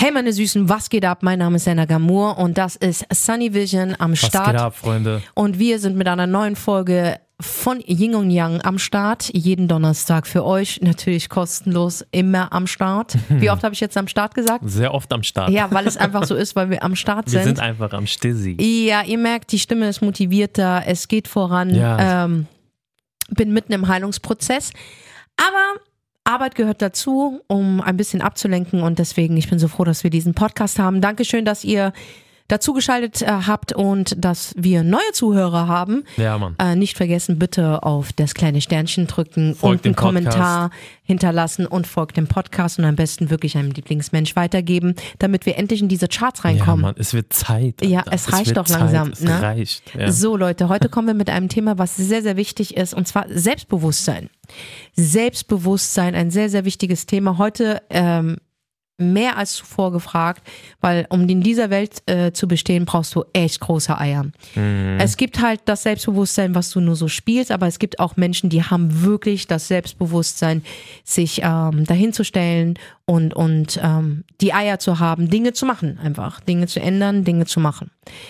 Hey meine Süßen, was geht ab? Mein Name ist Senna Gamur und das ist Sunny Vision am Start. Was geht ab, Freunde? Und wir sind mit einer neuen Folge von Yin und Yang am Start. Jeden Donnerstag für euch, natürlich kostenlos, immer am Start. Wie oft habe ich jetzt am Start gesagt? Sehr oft am Start. Ja, weil es einfach so ist, weil wir am Start sind. Wir sind einfach am Stissi. Ja, ihr merkt, die Stimme ist motivierter, es geht voran. Ja. Bin mitten im Heilungsprozess. Aber Arbeit gehört dazu, um ein bisschen abzulenken und deswegen, ich bin so froh, dass wir diesen Podcast haben. Dankeschön, dass ihr dazugeschaltet habt und dass wir neue Zuhörer haben. Ja, Mann. Nicht vergessen, bitte auf das kleine Sternchen drücken Folgt und einen dem Podcast. Kommentar hinterlassen und folgt dem Podcast und am besten wirklich einem Lieblingsmensch weitergeben, damit wir endlich in diese Charts Ja, reinkommen. Mann, es wird Zeit. Ja, Alter. es reicht wird doch langsam, Zeit. ne? Es reicht. Ja. So Leute, heute kommen wir mit einem Thema, was sehr, sehr wichtig ist und zwar Selbstbewusstsein. Selbstbewusstsein, ein sehr, sehr wichtiges Thema. Heute mehr als zuvor gefragt, weil um in dieser Welt zu bestehen, brauchst du echt große Eier. Es gibt halt das Selbstbewusstsein, was du nur so spielst, aber es gibt auch Menschen, die haben wirklich das Selbstbewusstsein, sich dahin zu stellen und die Eier zu haben, Dinge zu machen einfach, Dinge zu ändern, Dinge zu machen.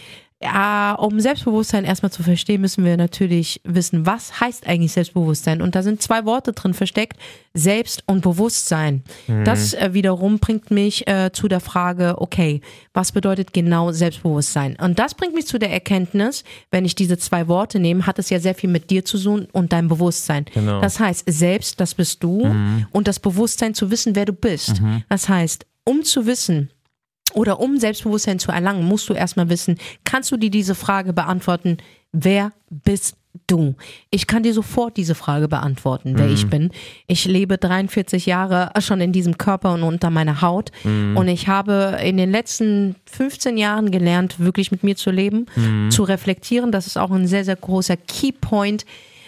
Ja, um Selbstbewusstsein erstmal zu verstehen, müssen wir natürlich wissen, was heißt eigentlich Selbstbewusstsein? Und da sind 2 Worte drin versteckt, Selbst und Bewusstsein. Das wiederum bringt mich zu der Frage, okay, was bedeutet genau Selbstbewusstsein? Und das bringt mich zu der Erkenntnis, wenn ich diese 2 Worte nehme, hat es ja sehr viel mit dir zu tun und deinem Bewusstsein. Genau. Das heißt, selbst, das bist du und das Bewusstsein zu wissen, wer du bist. Das heißt, um zu wissen, oder um Selbstbewusstsein zu erlangen, musst du erstmal wissen, kannst du dir diese Frage beantworten, wer bist du? Ich kann dir sofort diese Frage beantworten, wer ich bin. Ich lebe 43 Jahre schon in diesem Körper und unter meiner Haut und ich habe in den letzten 15 Jahren gelernt, wirklich mit mir zu leben, zu reflektieren. Das ist auch ein sehr, sehr großer Keypoint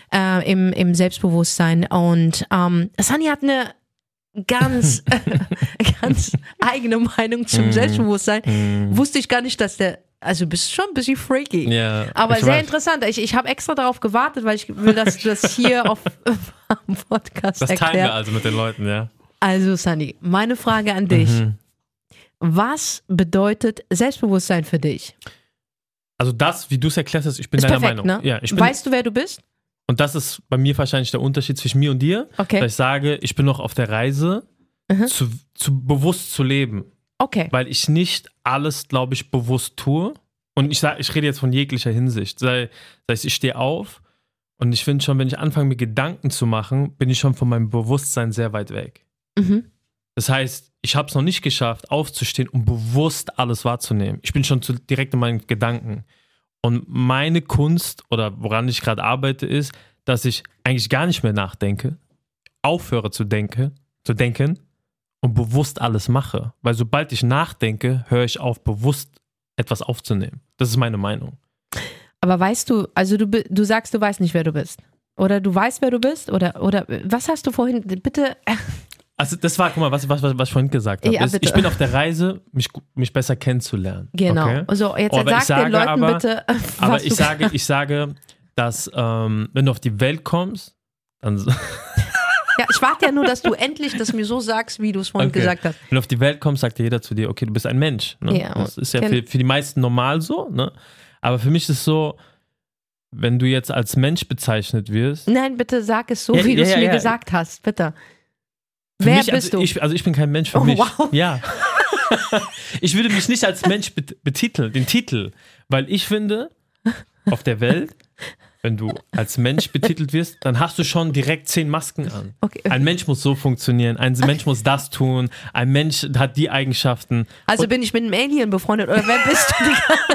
im Selbstbewusstsein und Sunny hat eine ganz eigene Meinung zum Selbstbewusstsein. Wusste ich gar nicht, dass also du bist schon ein bisschen freaky. Ja, aber sehr interessant. Ich habe extra darauf gewartet, weil ich will, dass du das hier am Podcast Das teilen wir erklärst. also mit den Leuten, ja. Also Sunny, meine Frage an dich. Was bedeutet Selbstbewusstsein für dich? Also das, wie du es erklärt hast, ich bin Ist deiner perfekt, Meinung. ne? Ja, ich bin, Weißt du, wer du bist? und das ist bei mir wahrscheinlich der Unterschied zwischen mir und dir. Okay. Weil ich sage, ich bin noch auf der Reise, zu bewusst zu leben. Okay. Weil ich nicht alles, glaube ich, bewusst tue. Und ich rede jetzt von jeglicher Hinsicht. Sei es, ich stehe auf und ich finde schon, wenn ich anfange, mir Gedanken zu machen, bin ich schon von meinem Bewusstsein sehr weit weg. Das heißt, ich habe es noch nicht geschafft, aufzustehen und bewusst alles wahrzunehmen. Ich bin schon direkt in meinen Gedanken. Und meine Kunst oder woran ich gerade arbeite, ist, dass ich eigentlich gar nicht mehr nachdenke, aufhöre zu denken und bewusst alles mache. Weil sobald ich nachdenke, höre ich auf, bewusst etwas aufzunehmen. Das ist meine Meinung. Aber weißt du, also du sagst, du weißt nicht, wer du bist. Oder du weißt, wer du bist? Oder was hast du vorhin, bitte... Also das war, guck mal, was ich vorhin gesagt habe. Ja, Ich bin auf der Reise, mich besser kennenzulernen. Genau. Okay? So, jetzt Aber sag den Leuten bitte, aber was ich sage, dass wenn du auf die Welt kommst, dann... Ja, ich warte ja nur, dass du endlich das mir so sagst, wie du es vorhin gesagt hast. Wenn du auf die Welt kommst, sagt dir jeder zu dir, okay, du bist ein Mensch. Ne? Ja, das ist ja für die meisten normal so. Ne? Aber für mich ist es so, wenn du jetzt als Mensch bezeichnet wirst... Nein, bitte sag es so, wie du es mir gesagt hast, bitte. Wer bist du? Ich bin kein Mensch für mich. Wow. Ja. Ich würde mich nicht als Mensch betiteln, den Titel. Weil ich finde, auf der Welt, wenn du als Mensch betitelt wirst, dann hast du schon direkt 10 Masken an. Okay. Ein Mensch muss so funktionieren, ein Mensch muss das tun, ein Mensch hat die Eigenschaften. Also bin ich mit einem Alien befreundet oder wer bist du?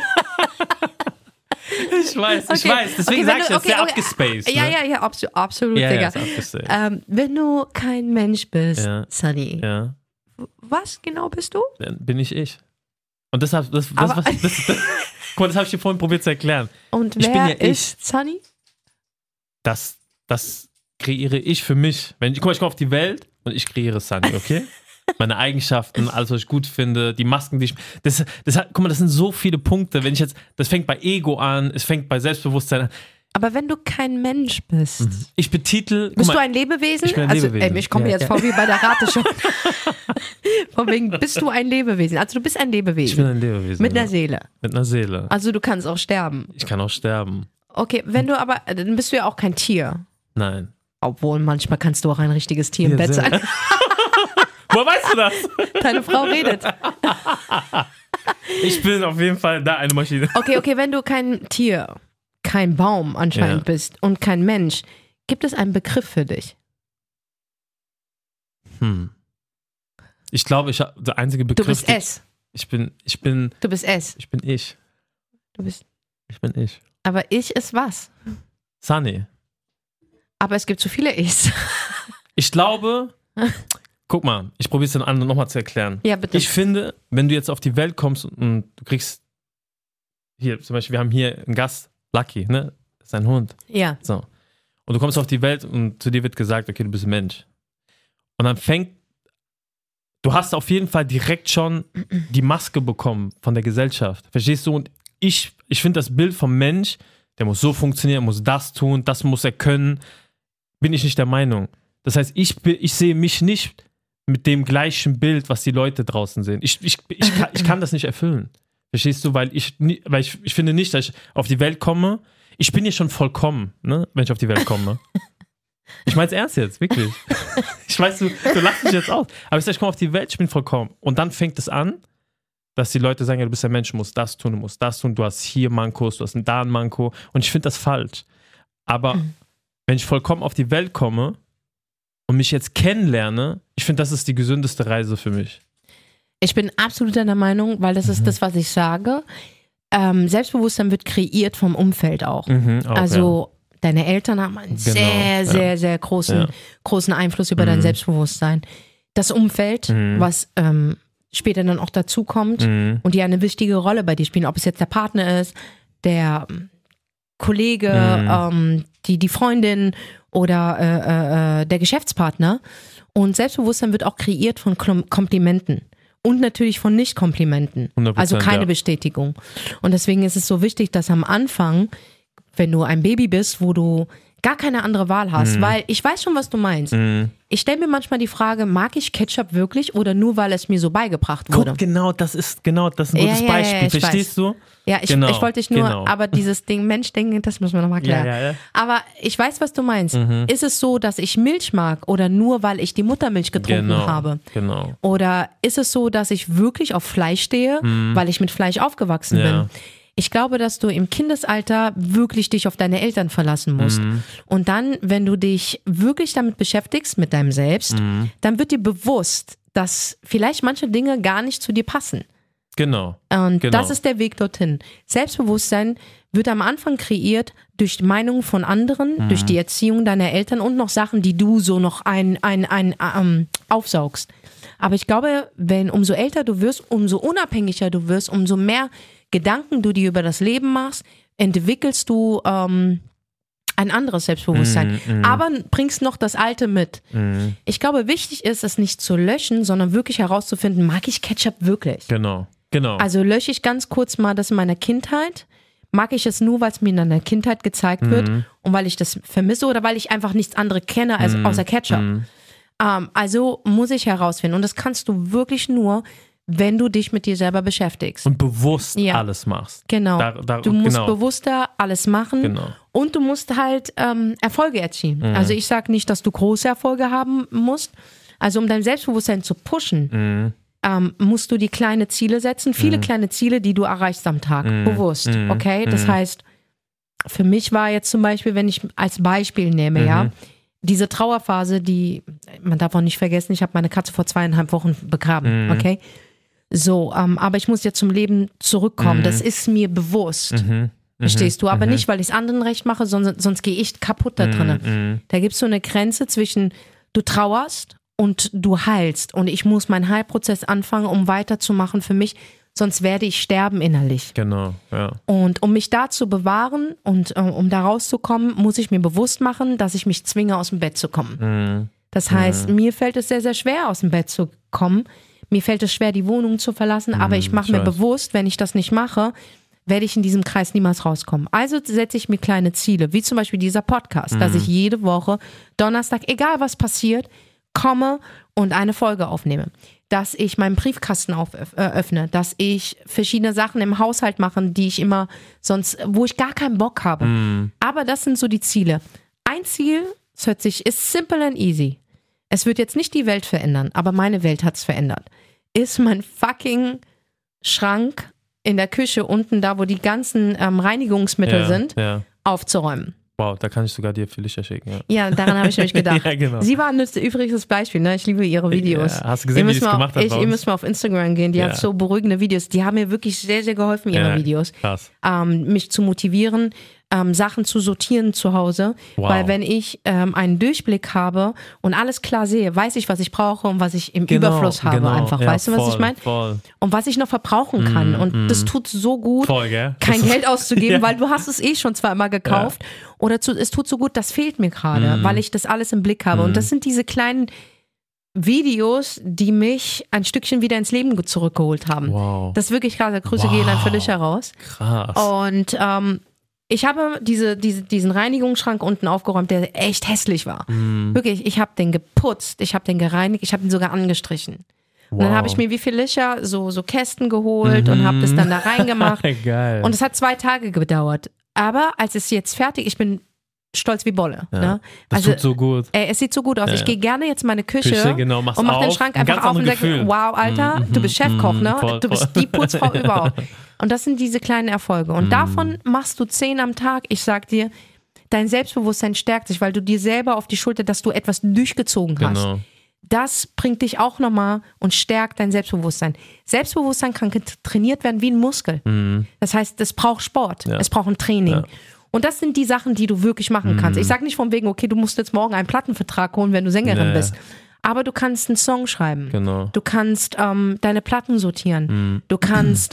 Ich weiß, deswegen sag ich das, sehr abgespaced. Ja, absolut, ja, Digga. Ist abgespaced. Wenn du kein Mensch bist, Ja. Sunny, Ja, was genau bist du? dann bin ich. Und das habe ich dir vorhin probiert zu erklären. Und Ich bin ja wer ist Sunny? Das kreiere ich für mich. Ich komme auf die Welt und ich kreiere Sunny, okay? Meine Eigenschaften, alles, was ich gut finde, die Masken, die ich... Guck mal, das sind so viele Punkte. Das fängt bei Ego an, es fängt bei Selbstbewusstsein an. Aber wenn du kein Mensch bist, ich betitel... bist du ein Lebewesen? Ich bin ein Lebewesen. Ich komme mir jetzt vor wie bei der Rate schon. Von wegen, bist du ein Lebewesen? Also du bist ein Lebewesen. Ich bin ein Lebewesen. Mit einer Seele. Mit einer Seele. Also du kannst auch sterben. Ich kann auch sterben. Okay, wenn du aber, dann bist du ja auch kein Tier. Nein. Obwohl, manchmal kannst du auch ein richtiges Tier im Bett sein. Woher weißt du das? Deine Frau redet. Ich bin auf jeden Fall da eine Maschine. Okay, wenn du kein Tier, kein Baum anscheinend bist und kein Mensch, gibt es einen Begriff für dich? Ich glaube, der einzige Begriff... Du bist es. Ich bin... Du bist es. Ich bin ich. Ich bin ich. Aber ich ist was? Sunny. Aber es gibt so viele Ichs. Ich glaube... Guck mal, ich probiere es dann nochmal zu erklären. Ja, bitte. Ich finde, wenn du jetzt auf die Welt kommst und du kriegst... Hier, zum Beispiel, wir haben hier einen Gast, Lucky, ne? Das ist ein Hund. Ja. So. Und du kommst auf die Welt und zu dir wird gesagt, okay, du bist ein Mensch. Und dann du hast auf jeden Fall direkt schon die Maske bekommen von der Gesellschaft. Verstehst du? Und ich finde das Bild vom Mensch, der muss so funktionieren, muss das tun, das muss er können, bin ich nicht der Meinung. Das heißt, ich sehe mich nicht mit dem gleichen Bild, was die Leute draußen sehen. Ich kann das nicht erfüllen. Verstehst du? Weil ich finde nicht, dass ich auf die Welt komme. Ich bin ja schon vollkommen, ne, wenn ich auf die Welt komme. Ich meine es ernst jetzt, wirklich. Ich weiß, du lachst mich jetzt aus. Aber ich sage, ich komme auf die Welt, ich bin vollkommen. Und dann fängt es an, dass die Leute sagen, ja, du bist ein Mensch, du musst das tun, du hast hier Mankos, du hast da ein Manko. Und ich finde das falsch. Aber wenn ich vollkommen auf die Welt komme und mich jetzt kennenlerne, ich finde, das ist die gesündeste Reise für mich. Ich bin absolut deiner Meinung, weil das ist das, was ich sage. Selbstbewusstsein wird kreiert vom Umfeld auch. Also deine Eltern haben einen sehr großen Einfluss über dein Selbstbewusstsein. Das Umfeld, was später dann auch dazu kommt und die eine wichtige Rolle bei dir spielen, ob es jetzt der Partner ist, der Kollege, die Freundin oder der Geschäftspartner. Und Selbstbewusstsein wird auch kreiert von Komplimenten. Und natürlich von Nicht-Komplimenten. Also keine Bestätigung. Und deswegen ist es so wichtig, dass am Anfang, wenn du ein Baby bist, wo du gar keine andere Wahl hast, weil ich weiß schon, was du meinst. Ich stelle mir manchmal die Frage, mag ich Ketchup wirklich oder nur, weil es mir so beigebracht wurde? Guck, das ist ein gutes Beispiel. Verstehst du? Ja, ich wollte dich nur, aber dieses Mensch-Ding, das müssen wir nochmal klären. Ja. Aber ich weiß, was du meinst. Ist es so, dass ich Milch mag oder nur, weil ich die Muttermilch getrunken habe? Genau. Oder ist es so, dass ich wirklich auf Fleisch stehe, weil ich mit Fleisch aufgewachsen bin? Ich glaube, dass du im Kindesalter wirklich dich auf deine Eltern verlassen musst. Und dann, wenn du dich wirklich damit beschäftigst, mit deinem Selbst, dann wird dir bewusst, dass vielleicht manche Dinge gar nicht zu dir passen. Genau. Und das ist der Weg dorthin. Selbstbewusstsein wird am Anfang kreiert durch die Meinungen von anderen, durch die Erziehung deiner Eltern und noch Sachen, die du so noch aufsaugst. Aber ich glaube, umso älter du wirst, umso unabhängiger du wirst, umso mehr Gedanken du dir über das Leben machst, entwickelst du ein anderes Selbstbewusstsein. Aber bringst noch das Alte mit. Ich glaube, wichtig ist, es nicht zu löschen, sondern wirklich herauszufinden, mag ich Ketchup wirklich? Genau. Also lösche ich ganz kurz mal das in meiner Kindheit. Mag ich es nur, weil es mir in meiner Kindheit gezeigt wird und weil ich das vermisse oder weil ich einfach nichts anderes kenne als außer Ketchup. Also muss ich herausfinden. Und das kannst du wirklich nur, wenn du dich mit dir selber beschäftigst. Und bewusst alles machst. Genau. Du musst bewusster alles machen. Genau. Und du musst halt Erfolge erzielen. Also ich sage nicht, dass du große Erfolge haben musst. Also um dein Selbstbewusstsein zu pushen, musst du die kleine Ziele setzen. Viele kleine Ziele, die du erreichst am Tag. Bewusst. Okay? Das heißt, für mich war jetzt zum Beispiel, wenn ich als Beispiel nehme, diese Trauerphase, man darf auch nicht vergessen, ich habe meine Katze vor 2,5 Wochen begraben. Okay? So, aber ich muss ja zum Leben zurückkommen. Das ist mir bewusst. Verstehst du? Aber nicht, weil ich es anderen recht mache, sondern sonst gehe ich kaputt da drin. Da gibt es so eine Grenze zwischen, du trauerst und du heilst. Und ich muss meinen Heilprozess anfangen, um weiterzumachen für mich. Sonst werde ich sterben innerlich. Genau, ja. Und um mich da zu bewahren und um da rauszukommen, muss ich mir bewusst machen, dass ich mich zwinge, aus dem Bett zu kommen. Das heißt, mir fällt es sehr, sehr schwer, aus dem Bett zu kommen. Mir fällt es schwer, die Wohnung zu verlassen, aber ich mache mir bewusst, wenn ich das nicht mache, werde ich in diesem Kreis niemals rauskommen. Also setze ich mir kleine Ziele, wie zum Beispiel dieser Podcast, dass ich jede Woche Donnerstag, egal was passiert, komme und eine Folge aufnehme. Dass ich meinen Briefkasten öffne, dass ich verschiedene Sachen im Haushalt mache, die ich immer sonst, wo ich gar keinen Bock habe. Aber das sind so die Ziele. Ein Ziel, ist simple and easy. Es wird jetzt nicht die Welt verändern, aber meine Welt hat es verändert. Ist mein fucking Schrank in der Küche unten, da wo die ganzen Reinigungsmittel sind, aufzuräumen. Wow, da kann ich sogar dir Felicia schicken. Ja, daran habe ich nämlich gedacht. Ja, genau. Sie war ein übriges Beispiel, ne? Ich liebe ihre Videos. Ja, hast du gesehen, wie sie es gemacht hat? Ihr müsst mal auf Instagram gehen, die hat so beruhigende Videos. Die haben mir wirklich sehr, sehr geholfen, ihre Videos. Krass. Mich zu motivieren, Sachen zu sortieren zu Hause. Wow. Weil wenn ich einen Durchblick habe und alles klar sehe, weiß ich, was ich brauche und was ich im Überfluss habe einfach. Weißt du, was ich meine? Und was ich noch verbrauchen kann. Und das tut so gut, kein Geld auszugeben, weil du hast es eh schon zweimal gekauft. Oder es tut so gut, das fehlt mir gerade, weil ich das alles im Blick habe. Und das sind diese kleinen Videos, die mich ein Stückchen wieder ins Leben zurückgeholt haben. Wow. Das ist wirklich krass. Grüße gehen dann für dich heraus. Krass. Und ich habe diesen Reinigungsschrank unten aufgeräumt, der echt hässlich war. Wirklich, ich habe den geputzt, ich habe den gereinigt, ich habe ihn sogar angestrichen. Und dann habe ich mir wie Felicia so Kästen geholt und habe das dann da reingemacht. Geil. Und es hat 2 Tage gedauert. Aber als es jetzt fertig, ich bin stolz wie Bolle. Ja. Ne? Das tut so gut. Es sieht so gut aus. Ich gehe gerne jetzt in meine Küche genau, und mache den Schrank einfach auf und sage, wow, Alter, du bist Chefkoch, ne? Voll, du bist die Putzfrau überhaupt. Und das sind diese kleinen Erfolge. Und davon machst du 10 am Tag. Ich sag dir, dein Selbstbewusstsein stärkt sich, weil du dir selber auf die Schulter, dass du etwas durchgezogen hast. Genau. Das bringt dich auch nochmal und stärkt dein Selbstbewusstsein. Selbstbewusstsein kann trainiert werden wie ein Muskel. Das heißt, es braucht Sport, es braucht ein Training. Ja. Und das sind die Sachen, die du wirklich machen kannst. Ich sage nicht von wegen, okay, du musst jetzt morgen einen Plattenvertrag holen, wenn du Sängerin bist. Aber du kannst einen Song schreiben. Genau. Du kannst deine Platten sortieren. Du kannst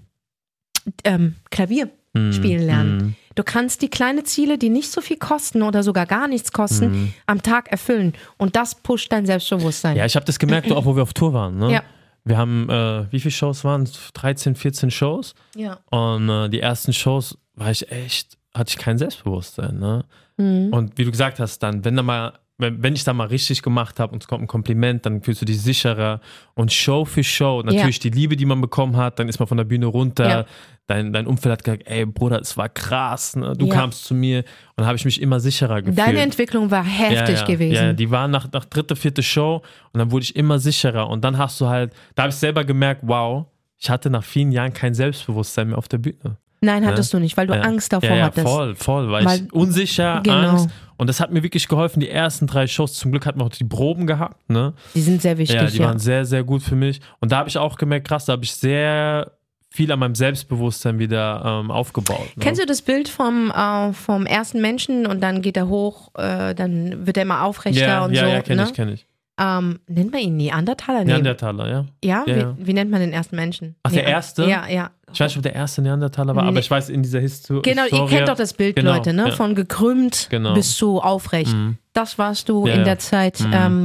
Klavier spielen lernen. Du kannst die kleinen Ziele, die nicht so viel kosten oder sogar gar nichts kosten, am Tag erfüllen. Und das pusht dein Selbstbewusstsein. Ja, ich habe das gemerkt, auch wo wir auf Tour waren. Ne? Ja. Wir haben, wie viele Shows waren es? 13, 14 Shows. Ja. Und die ersten Shows hatte ich kein Selbstbewusstsein. Ne? Und wie du gesagt hast, dann, wenn ich da mal richtig gemacht habe und es kommt ein Kompliment, dann fühlst du dich sicherer. Und Show für Show, natürlich die Liebe, die man bekommen hat, dann ist man von der Bühne runter. Ja. Dein Umfeld hat gesagt, ey Bruder, es war krass, ne? Du kamst zu mir und habe ich mich immer sicherer gefühlt. Deine Entwicklung war heftig gewesen. Ja, die war nach 3., 4. Show und dann wurde ich immer sicherer. Und dann hast du halt, da habe ich selber gemerkt, wow, ich hatte nach vielen Jahren kein Selbstbewusstsein mehr auf der Bühne. Nein, hattest du nicht, weil du Angst davor hattest. Voll, weil ich unsicher, Angst. Und das hat mir wirklich geholfen, die ersten 3 Shows. Zum Glück hatten wir auch die Proben gehabt. Ne? Die sind sehr wichtig. Ja, die waren sehr, sehr gut für mich. Und da habe ich auch gemerkt, krass, da habe ich sehr viel an meinem Selbstbewusstsein wieder aufgebaut. Ne? Kennst du das Bild vom ersten Menschen und dann geht er hoch, dann wird er immer aufrechter und so? Ja, kenn ich. Nennt man ihn Neandertaler? Neandertaler, ja. Ja? Wie nennt man den ersten Menschen? Ach, der erste? Ja. Ich weiß nicht, ob der erste Neandertaler war, aber ich weiß, in dieser Historie. Genau, ihr kennt doch das Bild, Leute, ne? Von gekrümmt bis zu aufrecht. Das warst du in der Zeit,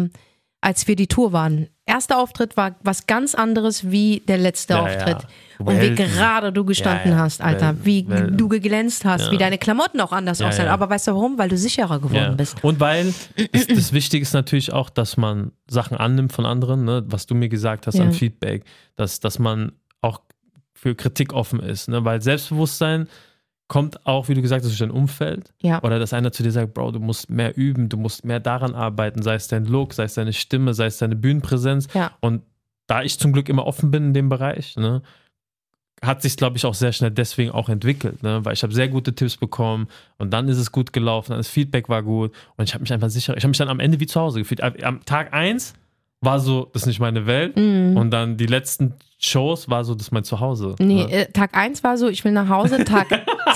als wir die Tour waren. Erster Auftritt war was ganz anderes wie der letzte Auftritt. Und wie gerade du gestanden hast, Alter. Wie du geglänzt hast, wie deine Klamotten auch anders aussahen. Aber weißt du warum? Weil du sicherer geworden bist. Und weil das Wichtige ist natürlich auch, dass man Sachen annimmt von anderen, ne? Was du mir gesagt hast an Feedback, dass man auch für Kritik offen ist. Ne? Weil Selbstbewusstsein kommt auch, wie du gesagt hast, durch dein Umfeld. Ja. Oder dass einer zu dir sagt, Bro, du musst mehr üben, du musst mehr daran arbeiten, sei es dein Look, sei es deine Stimme, sei es deine Bühnenpräsenz. Ja. Und da ich zum Glück immer offen bin in dem Bereich, ne, hat sich, glaube ich, auch sehr schnell deswegen auch entwickelt. Ne? Weil ich habe sehr gute Tipps bekommen und dann ist es gut gelaufen, dann das Feedback war gut und ich habe mich einfach sicher, ich habe mich dann am Ende wie zu Hause gefühlt. Am Tag 1 war so, das ist nicht meine Welt und dann die letzten Shows war so, das ist mein Zuhause. Nee, ne? Tag 1 war so, ich will nach Hause, Tag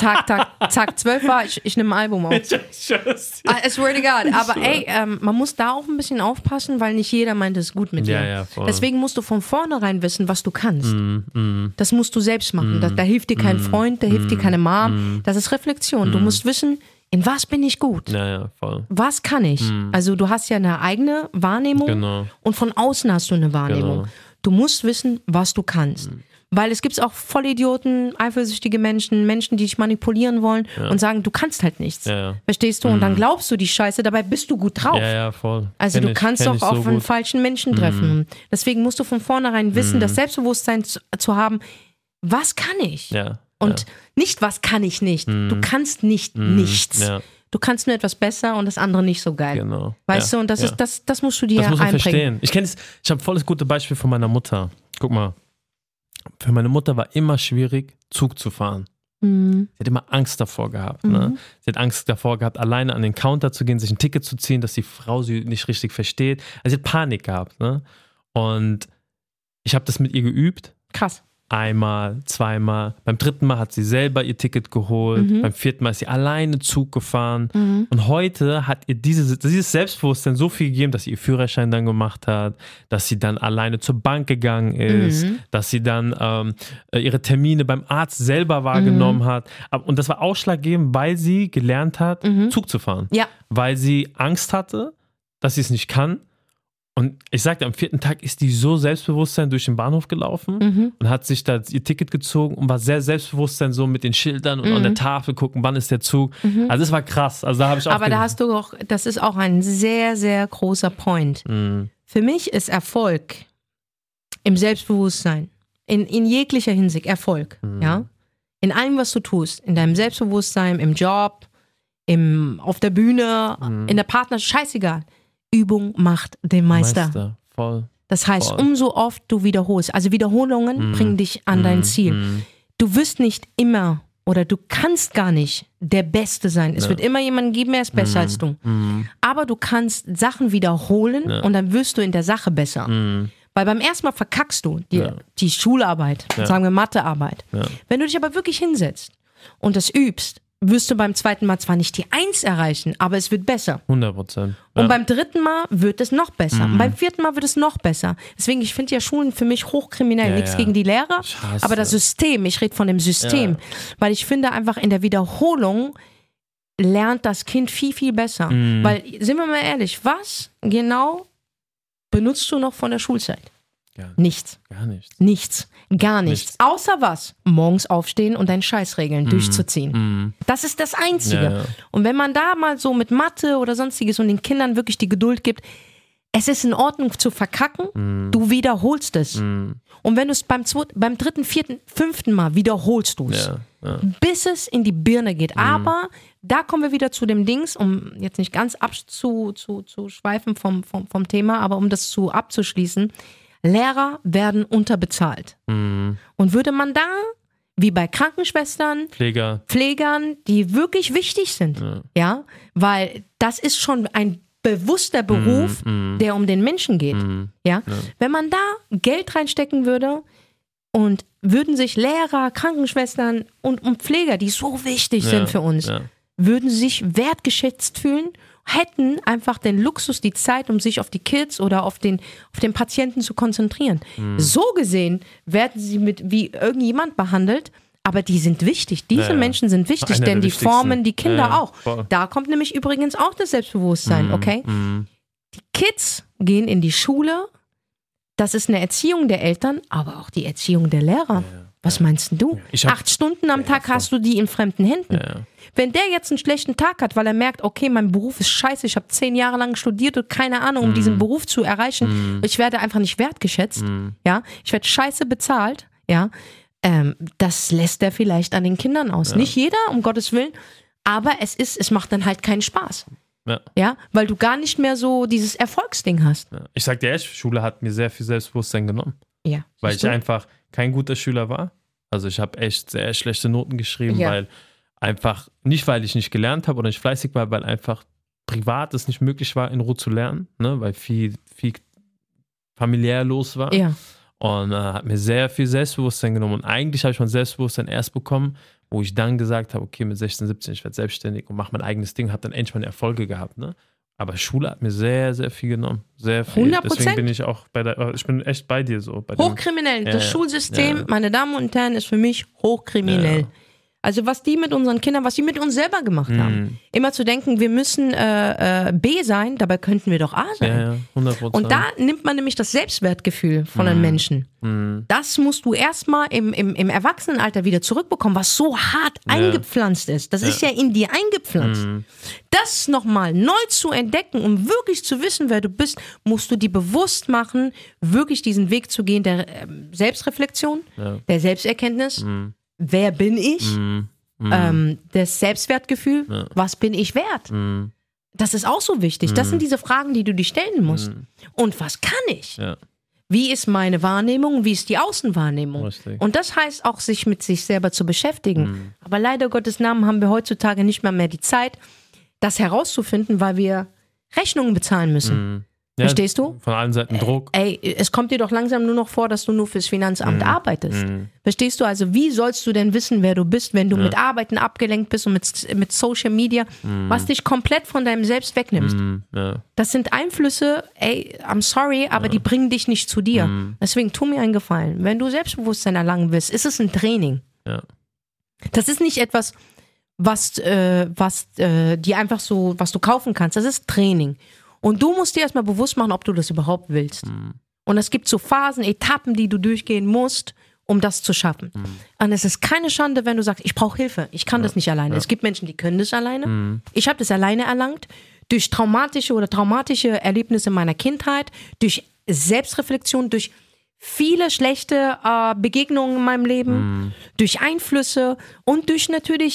12 war, ich nehme ein Album auf. I swear to God. Aber ey, man muss da auch ein bisschen aufpassen, weil nicht jeder meint es gut mit dir. Ja, voll. Deswegen musst du von vornherein wissen, was du kannst. Das musst du selbst machen. Da hilft dir kein Freund, da hilft dir keine Mom. Das ist Reflexion. Du musst wissen, in was bin ich gut? Ja, voll. Was kann ich? Also du hast ja eine eigene Wahrnehmung und von außen hast du eine Wahrnehmung. Genau. Du musst wissen, was du kannst. Weil es gibt auch Vollidioten, eifersüchtige Menschen, die dich manipulieren wollen und sagen, du kannst halt nichts. Ja. Verstehst du? Und dann glaubst du die Scheiße, dabei bist du gut drauf. Ja, voll. Also du kannst doch auf einen falschen Menschen treffen. Deswegen musst du von vornherein wissen, das Selbstbewusstsein zu haben, was kann ich? Ja. Und nicht, was kann ich nicht. Du kannst nicht nichts. Ja. Du kannst nur etwas besser und das andere nicht so geil. Genau. Weißt du, und das musst du dir das musst du einbringen. verstehen. Ich habe volles gute Beispiel von meiner Mutter. Guck mal. Für meine Mutter war immer schwierig, Zug zu fahren. Sie hat immer Angst davor gehabt. Ne? Sie hat Angst davor gehabt, alleine an den Counter zu gehen, sich ein Ticket zu ziehen, dass die Frau sie nicht richtig versteht. Also sie hat Panik gehabt. Ne? Und ich habe das mit ihr geübt. Krass. Einmal, zweimal. Beim 3. Mal hat sie selber ihr Ticket geholt. Beim 4. Mal ist sie alleine Zug gefahren. Und heute hat ihr dieses Selbstbewusstsein so viel gegeben, dass sie ihr Führerschein dann gemacht hat, dass sie dann alleine zur Bank gegangen ist, dass sie dann ihre Termine beim Arzt selber wahrgenommen hat. Und das war ausschlaggebend, weil sie gelernt hat, Zug zu fahren. Ja. Weil sie Angst hatte, dass sie es nicht kann. Und ich sagte, am 4. Tag ist die so Selbstbewusstsein durch den Bahnhof gelaufen und hat sich da ihr Ticket gezogen und war sehr Selbstbewusstsein so mit den Schildern und an der Tafel gucken, wann ist der Zug. Also das war krass. Also da habe ich auch Aber da hast du auch, das ist auch ein sehr, sehr großer Point. Für mich ist Erfolg im Selbstbewusstsein, in jeglicher Hinsicht Erfolg. Ja? In allem, was du tust, in deinem Selbstbewusstsein, im Job, auf der Bühne, in der Partnerschaft, scheißegal. Übung macht den Meister. Voll. Das heißt, umso oft du wiederholst, also Wiederholungen bringen dich an dein Ziel. Du wirst nicht immer oder du kannst gar nicht der Beste sein. Es wird immer jemanden geben, der ist besser als du. Aber du kannst Sachen wiederholen und dann wirst du in der Sache besser. Weil beim ersten Mal verkackst du die Schularbeit, sagen wir Mathearbeit. Wenn du dich aber wirklich hinsetzt und das übst, wirst du beim 2. Mal zwar nicht die 1 erreichen, aber es wird besser. 100%. Und beim 3. Mal wird es noch besser. Und beim 4. Mal wird es noch besser. Deswegen, ich finde ja Schulen für mich hochkriminell. Nichts gegen die Lehrer, aber das System, ich rede von dem System. Weil ich finde einfach in der Wiederholung lernt das Kind viel, viel besser. Weil, sind wir mal ehrlich, was genau benutzt du noch von der Schulzeit? Nichts. Gar nichts. Nichts. Gar nichts. Außer was? Morgens aufstehen und deine Scheißregeln durchzuziehen. Das ist das Einzige. Ja. Und wenn man da mal so mit Mathe oder sonstiges und den Kindern wirklich die Geduld gibt, es ist in Ordnung zu verkacken, du wiederholst es. Und wenn du es beim 3., 4., 5. Mal wiederholst du es, bis es in die Birne geht. Aber da kommen wir wieder zu dem Dings, um jetzt nicht ganz abzuschweifen vom Thema, aber um das abzuschließen. Lehrer werden unterbezahlt. Und würde man da, wie bei Krankenschwestern, Pflegern, die wirklich wichtig sind, ja, weil das ist schon ein bewusster Beruf, der um den Menschen geht, ja, wenn man da Geld reinstecken würde und würden sich Lehrer, Krankenschwestern und Pfleger, die so wichtig sind für uns, würden sich wertgeschätzt fühlen, hätten einfach den Luxus, die Zeit, um sich auf die Kids oder auf den Patienten zu konzentrieren. So gesehen werden sie wie irgendjemand behandelt, aber die sind wichtig. Diese Menschen sind wichtig, denn die formen die Kinder auch. Voll. Da kommt nämlich übrigens auch das Selbstbewusstsein, okay? Die Kids gehen in die Schule, das ist eine Erziehung der Eltern, aber auch die Erziehung der Lehrer. Was meinst du? 8 Stunden am Tag hast du die in fremden Händen. Wenn der jetzt einen schlechten Tag hat, weil er merkt, okay, mein Beruf ist scheiße, ich habe 10 Jahre lang studiert und keine Ahnung, um diesen Beruf zu erreichen, ich werde einfach nicht wertgeschätzt, ja, ich werde scheiße bezahlt, ja, das lässt er vielleicht an den Kindern aus. Nicht jeder, um Gottes Willen, aber es macht dann halt keinen Spaß. Ja, weil du gar nicht mehr so dieses Erfolgsding hast. Ich sag dir echt, Schule hat mir sehr viel Selbstbewusstsein genommen. Ja. Weil ich einfach kein guter Schüler war. Also ich habe echt sehr schlechte Noten geschrieben, weil einfach, nicht weil ich nicht gelernt habe oder nicht fleißig war, weil einfach privat es nicht möglich war, in Ruhe zu lernen, ne? Weil viel familiär los war. Ja. Und hat mir sehr viel Selbstbewusstsein genommen. Und eigentlich habe ich mein Selbstbewusstsein erst bekommen, wo ich dann gesagt habe, okay, mit 16, 17, ich werde selbstständig und mache mein eigenes Ding, habe dann endlich meine Erfolge gehabt, ne? Aber Schule hat mir sehr, sehr viel genommen. Sehr viel. 100%? Deswegen bin ich auch ich bin echt bei dir so. Hochkriminell. Das Schulsystem, meine Damen und Herren, ist für mich hochkriminell. Also was die mit unseren Kindern, was die mit uns selber gemacht haben. Immer zu denken, wir müssen B sein, dabei könnten wir doch A sein. Ja, 100%. Und da nimmt man nämlich das Selbstwertgefühl von einem Menschen. Das musst du erstmal im Erwachsenenalter wieder zurückbekommen, was so hart eingepflanzt ist. Das ist ja in dir eingepflanzt. Das nochmal neu zu entdecken, um wirklich zu wissen, wer du bist, musst du dir bewusst machen, wirklich diesen Weg zu gehen, der Selbstreflexion, der Selbsterkenntnis. Wer bin ich? Das Selbstwertgefühl, was bin ich wert? Das ist auch so wichtig. Das sind diese Fragen, die du dir stellen musst. Und was kann ich? Ja. Wie ist meine Wahrnehmung? Wie ist die Außenwahrnehmung? Richtig. Und das heißt auch, sich mit sich selber zu beschäftigen. Aber leider Gottes Namen haben wir heutzutage nicht mehr die Zeit, das herauszufinden, weil wir Rechnungen bezahlen müssen. Ja, verstehst du? Von allen Seiten Druck. Ey, es kommt dir doch langsam nur noch vor, dass du nur fürs Finanzamt arbeitest. Verstehst du? Also wie sollst du denn wissen, wer du bist, wenn du mit Arbeiten abgelenkt bist und mit Social Media, was dich komplett von deinem Selbst wegnimmt? Das sind Einflüsse, ey, I'm sorry, aber die bringen dich nicht zu dir. Deswegen tu mir einen Gefallen. Wenn du Selbstbewusstsein erlangen willst, ist es ein Training. Ja. Das ist nicht etwas, was dir einfach so, was du kaufen kannst. Das ist Training. Und du musst dir erstmal bewusst machen, ob du das überhaupt willst. Und es gibt so Phasen, Etappen, die du durchgehen musst, um das zu schaffen. Und es ist keine Schande, wenn du sagst, ich brauche Hilfe, ich kann das nicht alleine. Es gibt Menschen, die können das alleine. Ich habe das alleine erlangt, durch traumatische Erlebnisse meiner Kindheit, durch Selbstreflexion, durch viele schlechte Begegnungen in meinem Leben, durch Einflüsse und durch natürlich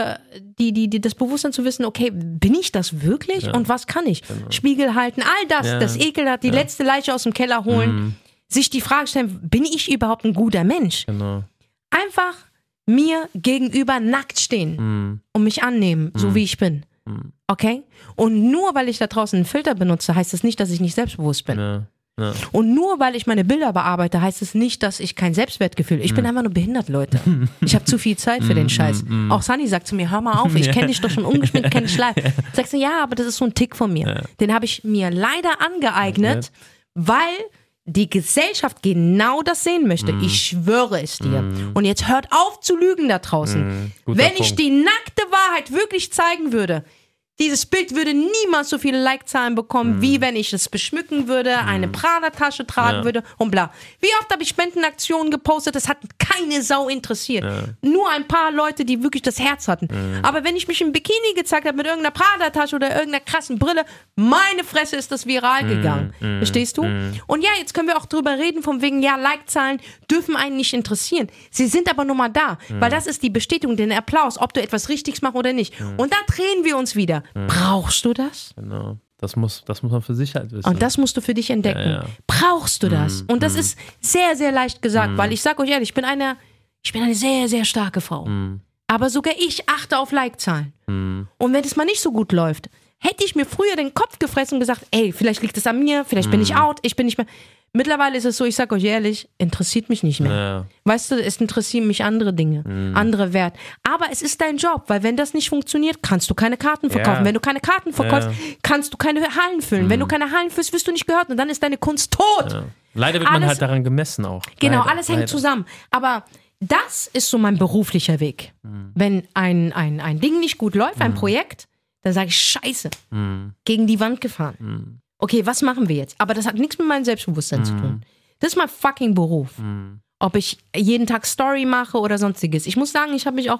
das Bewusstsein zu wissen, okay, bin ich das wirklich und was kann ich? Genau. Spiegel halten, all das, das Ekel hat, die letzte Leiche aus dem Keller holen, sich die Frage stellen, bin ich überhaupt ein guter Mensch? Genau. Einfach mir gegenüber nackt stehen und mich annehmen, so wie ich bin. Okay? Und nur weil ich da draußen einen Filter benutze, heißt das nicht, dass ich nicht selbstbewusst bin. Ja. Ja. Und nur weil ich meine Bilder bearbeite, heißt es nicht, dass ich kein Selbstwertgefühl habe. Ich bin einfach nur behindert, Leute. Ich habe zu viel Zeit für den Scheiß. Auch Sunny sagt zu mir, hör mal auf, ich kenne dich doch schon ungeschminkt, kenne dich live. Sagst du, ja, aber das ist so ein Tick von mir. Ja. Den habe ich mir leider angeeignet, weil die Gesellschaft genau das sehen möchte. Ich schwöre es dir. Und jetzt hört auf zu lügen da draußen. Wenn ich die nackte Wahrheit wirklich zeigen würde, dieses Bild würde niemals so viele Like-Zahlen bekommen, wie wenn ich es beschmücken würde, eine Prada-Tasche tragen würde und bla. Wie oft habe ich Spendenaktionen gepostet, das hat keine Sau interessiert. Nur ein paar Leute, die wirklich das Herz hatten. Aber wenn ich mich im Bikini gezeigt habe mit irgendeiner Prada-Tasche oder irgendeiner krassen Brille, meine Fresse ist das viral gegangen. Verstehst du? Und ja, jetzt können wir auch drüber reden, von wegen, ja, Like-Zahlen dürfen einen nicht interessieren. Sie sind aber nur mal da, weil das ist die Bestätigung, den Applaus, ob du etwas Richtiges machst oder nicht. Und da drehen wir uns wieder. Brauchst du das? Genau. Das muss man für sich halt wissen. Und das musst du für dich entdecken. Ja. Brauchst du das? Und das ist sehr, sehr leicht gesagt, weil ich sage euch ehrlich, ich bin eine sehr, sehr starke Frau. Aber sogar ich achte auf Like-Zahlen. Und wenn es mal nicht so gut läuft, hätte ich mir früher den Kopf gefressen und gesagt, ey, vielleicht liegt es an mir, vielleicht bin ich out, ich bin nicht mehr. Mittlerweile ist es so, ich sag euch ehrlich, interessiert mich nicht mehr. Ja. Weißt du, es interessieren mich andere Dinge, andere Wert. Aber es ist dein Job, weil wenn das nicht funktioniert, kannst du keine Karten verkaufen. Ja. Wenn du keine Karten verkaufst, kannst du keine Hallen füllen. Wenn du keine Hallen füllst, wirst du nicht gehört und dann ist deine Kunst tot. Ja. Leider wird man halt daran gemessen auch. Genau, leider, alles hängt zusammen. Aber das ist so mein beruflicher Weg. Wenn ein Ding nicht gut läuft, ein Projekt, dann sage ich, scheiße, gegen die Wand gefahren. Okay, was machen wir jetzt? Aber das hat nichts mit meinem Selbstbewusstsein zu tun. Das ist mein fucking Beruf. Ob ich jeden Tag Story mache oder sonstiges. Ich muss sagen, ich habe mich auch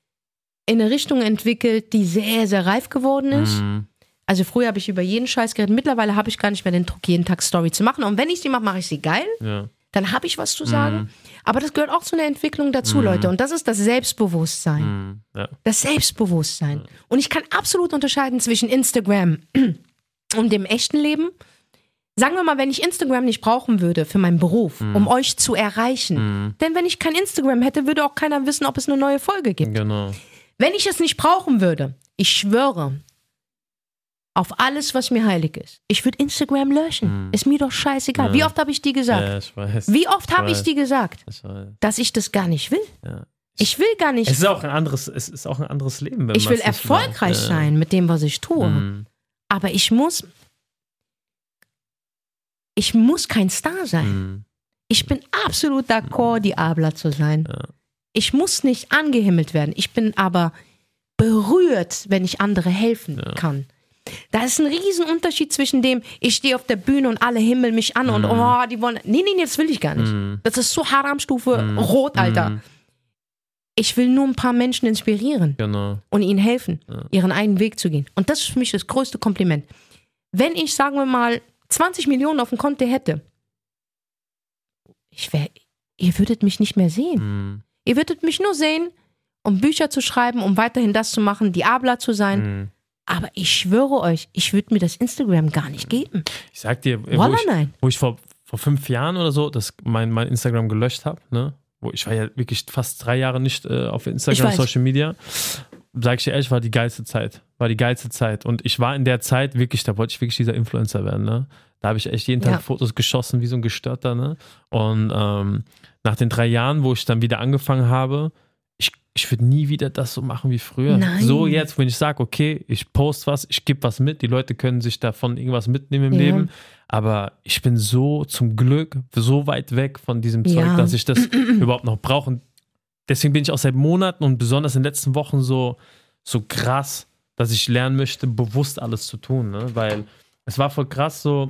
in eine Richtung entwickelt, die sehr, sehr reif geworden ist. Also früher habe ich über jeden Scheiß geredet. Mittlerweile habe ich gar nicht mehr den Druck, jeden Tag Story zu machen. Und wenn ich sie mache, mache ich sie geil. Ja. Dann habe ich was zu sagen. Aber das gehört auch zu einer Entwicklung dazu, Leute. Und das ist das Selbstbewusstsein. Ja. Das Selbstbewusstsein. Und ich kann absolut unterscheiden zwischen Instagram und dem echten Leben. Sagen wir mal, wenn ich Instagram nicht brauchen würde für meinen Beruf, um euch zu erreichen. Denn wenn ich kein Instagram hätte, würde auch keiner wissen, ob es eine neue Folge gibt. Genau. Wenn ich es nicht brauchen würde, ich schwöre auf alles, was mir heilig ist. Ich würde Instagram löschen. Ist mir doch scheißegal. Ja. Wie oft habe ich dir gesagt? Ja, ich weiß. Wie oft habe ich dir gesagt, dass ich das gar nicht will? Ja. Ich will gar nicht. Es ist auch ein anderes Leben. Wenn ich will erfolgreich sein mit dem, was ich tue. Aber ich muss kein Star sein. Ich bin absolut d'accord, Diabla zu sein. Ja. Ich muss nicht angehimmelt werden. Ich bin aber berührt, wenn ich andere helfen kann. Da ist ein Riesenunterschied zwischen dem, ich stehe auf der Bühne und alle himmeln mich an und die wollen. Nee, das will ich gar nicht. Das ist so Haramstufe rot, Alter. Ich will nur ein paar Menschen inspirieren und ihnen helfen, ihren eigenen Weg zu gehen. Und das ist für mich das größte Kompliment. Wenn ich, sagen wir mal, 20 Millionen auf dem Konto hätte, ihr würdet mich nicht mehr sehen. Ihr würdet mich nur sehen, um Bücher zu schreiben, um weiterhin das zu machen, Diabla zu sein. Aber ich schwöre euch, ich würde mir das Instagram gar nicht geben. Ich sag dir, wo ich vor 5 Jahren oder so mein Instagram gelöscht habe, ne? Ich war ja wirklich fast 3 Jahre nicht auf Instagram, Social Media. Sag ich dir ehrlich, war die geilste Zeit. Und ich war in der Zeit wirklich, da wollte ich wirklich dieser Influencer werden, ne? Da habe ich echt jeden Tag Fotos geschossen, wie so ein Gestörter, ne? Und nach den 3 Jahren, wo ich dann wieder angefangen habe, ich würde nie wieder das so machen wie früher. Nein. So jetzt, wenn ich sage, okay, ich poste was, ich gebe was mit, die Leute können sich davon irgendwas mitnehmen im Leben, aber ich bin so zum Glück so weit weg von diesem Zeug, dass ich das überhaupt noch brauche. Und deswegen bin ich auch seit Monaten und besonders in den letzten Wochen so krass, dass ich lernen möchte, bewusst alles zu tun. Ne? Weil es war voll krass so,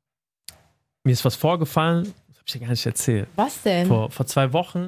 mir ist was vorgefallen, das habe ich dir gar nicht erzählt. Was denn? Vor 2 Wochen,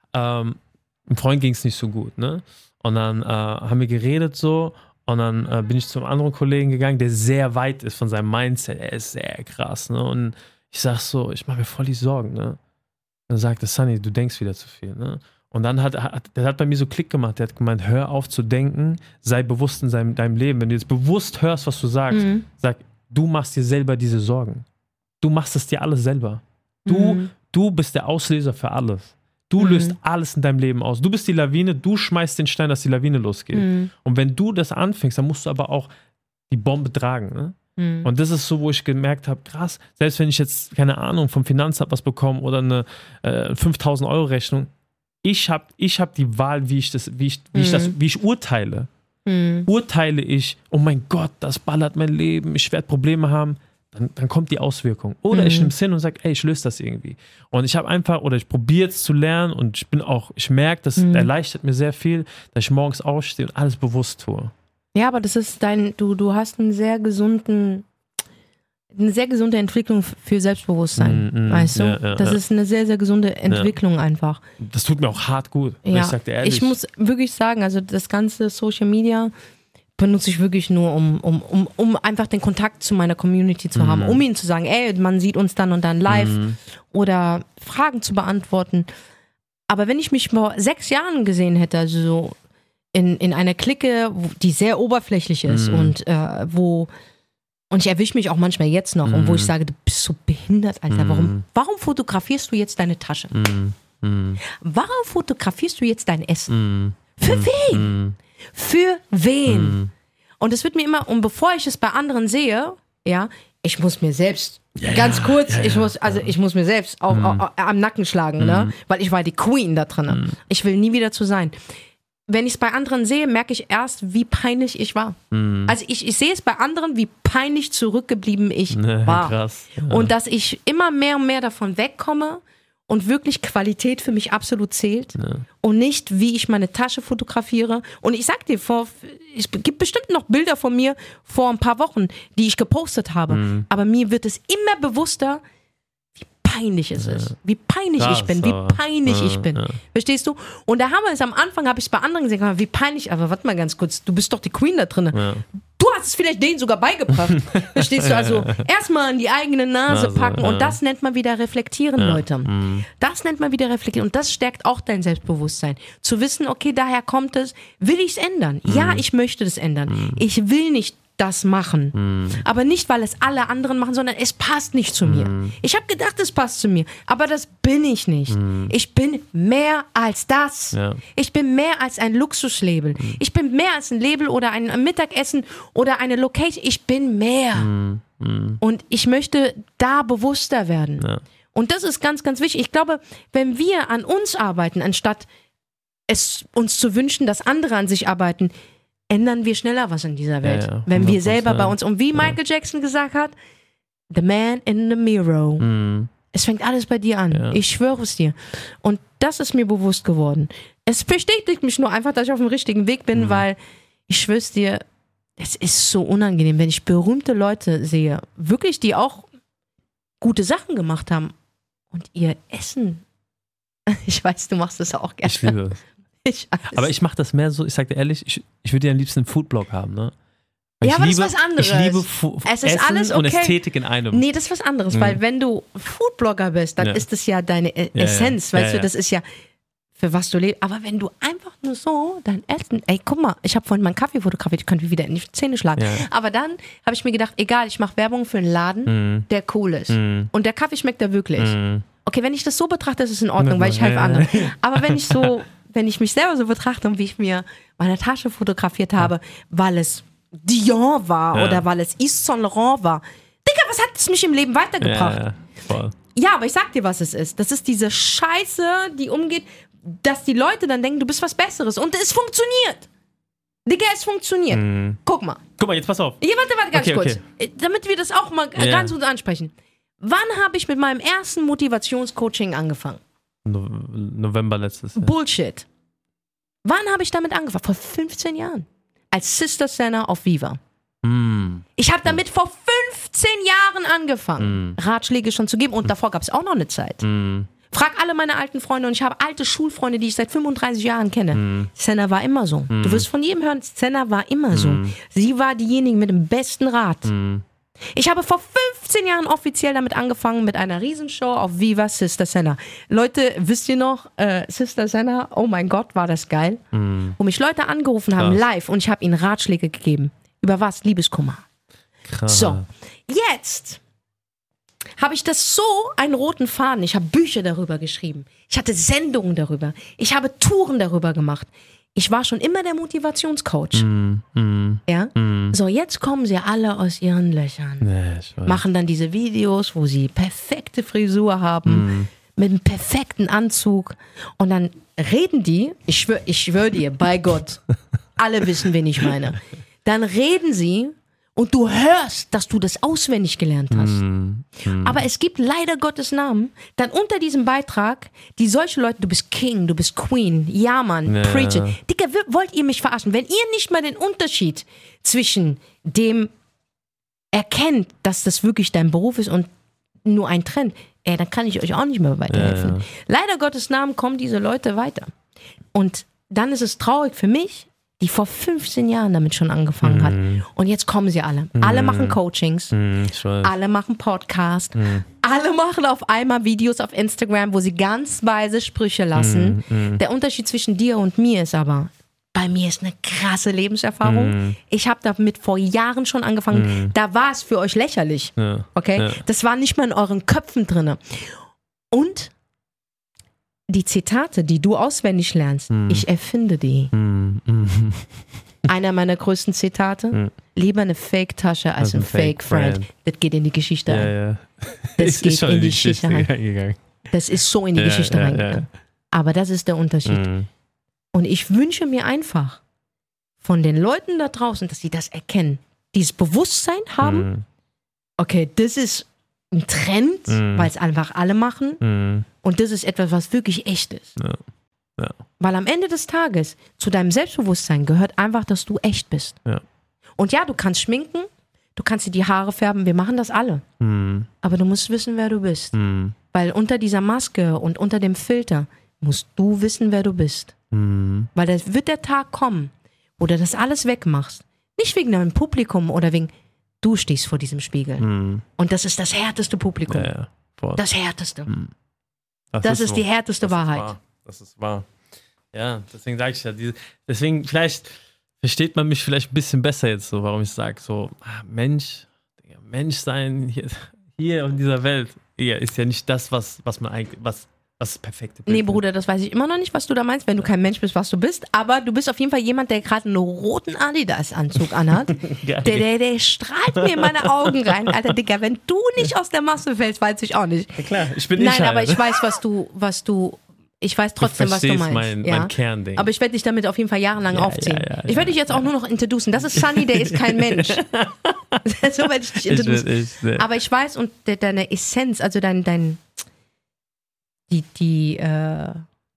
einem Freund ging es nicht so gut, ne? Und dann haben wir geredet so und dann bin ich zum anderen Kollegen gegangen, der sehr weit ist von seinem Mindset. Er ist sehr krass, ne? Und ich sag so, ich mache mir voll die Sorgen, ne? Und dann sagte Sunny, du denkst wieder zu viel, ne? Und dann der hat bei mir so Klick gemacht, der hat gemeint, hör auf zu denken, sei bewusst in deinem Leben. Wenn du jetzt bewusst hörst, was du sagst, sag, du machst dir selber diese Sorgen. Du machst es dir alles selber. Du bist der Auslöser für alles. Du löst alles in deinem Leben aus. Du bist die Lawine, du schmeißt den Stein, dass die Lawine losgeht. Und wenn du das anfängst, dann musst du aber auch die Bombe tragen. Ne? Und das ist so, wo ich gemerkt habe, krass, selbst wenn ich jetzt, keine Ahnung, vom Finanzamt was bekomme oder eine 5.000 Euro Rechnung, ich hab die Wahl, wie ich urteile. Urteile ich, oh mein Gott, das ballert mein Leben, ich werde Probleme haben. Dann kommt die Auswirkung. Oder ich nehme es hin und sage, ey, ich löse das irgendwie. Und ich ich probiere es zu lernen und ich merke, das erleichtert mir sehr viel, dass ich morgens aufstehe und alles bewusst tue. Ja, aber das ist du hast eine sehr gesunde Entwicklung für Selbstbewusstsein, weißt du? Ja, das ist eine sehr, sehr gesunde Entwicklung einfach. Das tut mir auch hart gut, ja. Ich sag dir ehrlich. Ich muss wirklich sagen, also das ganze Social Media benutze ich wirklich nur, um einfach den Kontakt zu meiner Community zu haben, um ihnen zu sagen, ey, man sieht uns dann und dann live oder Fragen zu beantworten. Aber wenn ich mich vor 6 Jahren gesehen hätte, also so in einer Clique, die sehr oberflächlich ist und ich erwische mich auch manchmal jetzt noch und wo ich sage, du bist so behindert, Alter, warum fotografierst du jetzt deine Tasche? Warum fotografierst du jetzt dein Essen? Für wen? Für wen? Und es wird mir immer, und bevor ich es bei anderen sehe, ich muss mir selbst, ich muss mir selbst am Nacken schlagen, ne? Weil ich war die Queen da drin. Ich will nie wieder zu sein. Wenn ich es bei anderen sehe, merke ich erst, wie peinlich ich war. Also ich sehe es bei anderen, wie peinlich zurückgeblieben ich war. Krass. Ja. Und dass ich immer mehr und mehr davon wegkomme und wirklich Qualität für mich absolut zählt und nicht, wie ich meine Tasche fotografiere. Und ich sag dir, es gibt bestimmt noch Bilder von mir vor ein paar Wochen, die ich gepostet habe. Aber mir wird es immer bewusster, wie peinlich es ist. Wie peinlich ich bin. Wie peinlich ich bin. Verstehst du? Und da habe ich es bei anderen gesehen, wie peinlich, aber warte mal ganz kurz, du bist doch die Queen da drin. Ja. Du hast es vielleicht denen sogar beigebracht. Verstehst du? Also erstmal an die eigene Nase packen und das nennt man wieder reflektieren, Leute. Das nennt man wieder reflektieren und das stärkt auch dein Selbstbewusstsein. Zu wissen, okay, daher kommt es, will ich es ändern? Ja, ich möchte das ändern. Ich will nicht das machen. Aber nicht, weil es alle anderen machen, sondern es passt nicht zu mir. Ich habe gedacht, es passt zu mir, aber das bin ich nicht. Ich bin mehr als das. Ja. Ich bin mehr als ein Luxuslabel. Ich bin mehr als ein Label oder ein Mittagessen oder eine Location. Ich bin mehr. Und ich möchte da bewusster werden. Ja. Und das ist ganz, ganz wichtig. Ich glaube, wenn wir an uns arbeiten, anstatt es uns zu wünschen, dass andere an sich arbeiten, ändern wir schneller was in dieser Welt. Ja, wenn wir selber bei uns, und wie Michael Jackson gesagt hat, the man in the mirror. Es fängt alles bei dir an. Ja. Ich schwöre es dir. Und das ist mir bewusst geworden. Es bestätigt mich nur einfach, dass ich auf dem richtigen Weg bin, weil ich schwör's dir, es ist so unangenehm, wenn ich berühmte Leute sehe, wirklich, die auch gute Sachen gemacht haben und ihr Essen. Ich weiß, du machst das auch gerne. Ich liebe es. Aber ich mache das mehr so, ich sag dir ehrlich, ich würde ja am liebsten einen Foodblog haben, ne? Ja, aber das ist was anderes. Ich liebe es ist Essen alles okay. und Ästhetik in einem. Nee, das ist was anderes, weil wenn du Foodblogger bist, dann ist das ja deine Essenz, weißt du, das ist ja für was du lebst. Aber wenn du einfach nur so dein Essen, ey, guck mal, ich habe vorhin meinen Kaffee fotografiert, ich könnte mich wieder in die Zähne schlagen. Ja. Aber dann habe ich mir gedacht, egal, ich mache Werbung für einen Laden, der cool ist. Und der Kaffee schmeckt da wirklich. Okay, wenn ich das so betrachte, ist es in Ordnung, weil ich helfe anderen. Aber wenn ich mich selber so betrachte und wie ich mir meine Tasche fotografiert habe, weil es Dior war oder weil es Yves Saint Laurent war. Digga, was hat es mich im Leben weitergebracht? Ja, voll. Ja, aber ich sag dir, was es ist. Das ist diese Scheiße, die umgeht, dass die Leute dann denken, du bist was Besseres. Und es funktioniert. Digga, es funktioniert. Guck mal, jetzt pass auf. Ja, warte, ganz kurz. Damit wir das auch mal ganz gut ansprechen. Wann habe ich mit meinem ersten Motivationscoaching angefangen? November letztes Jahr. Bullshit. Wann habe ich damit angefangen? Vor 15 Jahren. Als Sister Senna auf Viva. Ich habe damit vor 15 Jahren angefangen, Ratschläge schon zu geben. Und davor gab es auch noch eine Zeit. Frag alle meine alten Freunde und ich habe alte Schulfreunde, die ich seit 35 Jahren kenne. Senna war immer so. Du wirst von jedem hören, Senna war immer so. Sie war diejenige mit dem besten Rat. Ich habe vor 15 Jahren offiziell damit angefangen, mit einer Riesenshow auf Viva Sister Senna. Leute, wisst ihr noch, Sister Senna, oh mein Gott, war das geil. Wo mich Leute angerufen haben, live, und ich habe ihnen Ratschläge gegeben. Über was? Liebeskummer. Krass. So, jetzt habe ich das so einen roten Faden. Ich habe Bücher darüber geschrieben. Ich hatte Sendungen darüber. Ich habe Touren darüber gemacht. Ich war schon immer der Motivationscoach. Ja? So, jetzt kommen sie alle aus ihren Löchern. Ja, machen dann diese Videos, wo sie perfekte Frisur haben, mit einem perfekten Anzug. Und dann reden die, ich schwör dir, bei Gott, alle wissen, wen ich meine. Dann reden sie und du hörst, dass du das auswendig gelernt hast. Aber es gibt leider Gottes Namen, dann unter diesem Beitrag, die solche Leute, du bist King, du bist Queen, ja Mann, Preacher. Digga, wollt ihr mich verarschen? Wenn ihr nicht mal den Unterschied zwischen dem erkennt, dass das wirklich dein Beruf ist und nur ein Trend, dann kann ich euch auch nicht mehr weiterhelfen. Leider Gottes Namen kommen diese Leute weiter. Und dann ist es traurig für mich, die vor 15 Jahren damit schon angefangen hat. Und jetzt kommen sie alle. Alle machen Coachings. Alle machen Podcasts. Alle machen auf einmal Videos auf Instagram, wo sie ganz weise Sprüche lassen. Der Unterschied zwischen dir und mir ist aber, bei mir ist eine krasse Lebenserfahrung. Ich habe damit vor Jahren schon angefangen. Da war es für euch lächerlich. Okay? Das war nicht mal in euren Köpfen drin. Und die Zitate, die du auswendig lernst, ich erfinde die. Einer meiner größten Zitate, lieber eine Fake-Tasche als ein Fake-Friend. Das geht in die Geschichte rein. Das geht in die Geschichte rein. Das ist so in die Geschichte reingegangen. Aber das ist der Unterschied. Und ich wünsche mir einfach von den Leuten da draußen, dass sie das erkennen, dieses Bewusstsein haben, okay, das ist ein Trend, weil es einfach alle machen. Und das ist etwas, was wirklich echt ist. Weil am Ende des Tages zu deinem Selbstbewusstsein gehört einfach, dass du echt bist. Und ja, du kannst schminken, du kannst dir die Haare färben, wir machen das alle. Aber du musst wissen, wer du bist. Weil unter dieser Maske und unter dem Filter musst du wissen, wer du bist. Weil da wird der Tag kommen, wo du das alles wegmachst. Nicht wegen deinem Publikum oder wegen... Du stehst vor diesem Spiegel. Und das ist das härteste Publikum. Das härteste. Das ist die härteste Wahrheit. Das ist wahr. Ja, deswegen sage ich ja. Deswegen vielleicht versteht man mich vielleicht ein bisschen besser jetzt so, warum ich sage so, Mensch sein hier in dieser Welt ist ja nicht das, was man eigentlich, was das perfekte Bild. Nee, Bruder, das weiß ich immer noch nicht, was du da meinst, wenn du kein Mensch bist, was du bist. Aber du bist auf jeden Fall jemand, der gerade einen roten Adidas-Anzug anhat. der strahlt mir in meine Augen rein. Alter, Digga, wenn du nicht aus der Masse fällst, weiß ich auch nicht. Ja, klar, ich bin Nein, aber ich weiß, ich weiß trotzdem, was du meinst. Mein Kernding. Aber ich werde dich damit auf jeden Fall jahrelang aufziehen. Ich werde dich jetzt auch nur noch introducen. Das ist Sunny, der ist kein Mensch. So werde ich dich introducen. Aber ich weiß, und deine Essenz, also die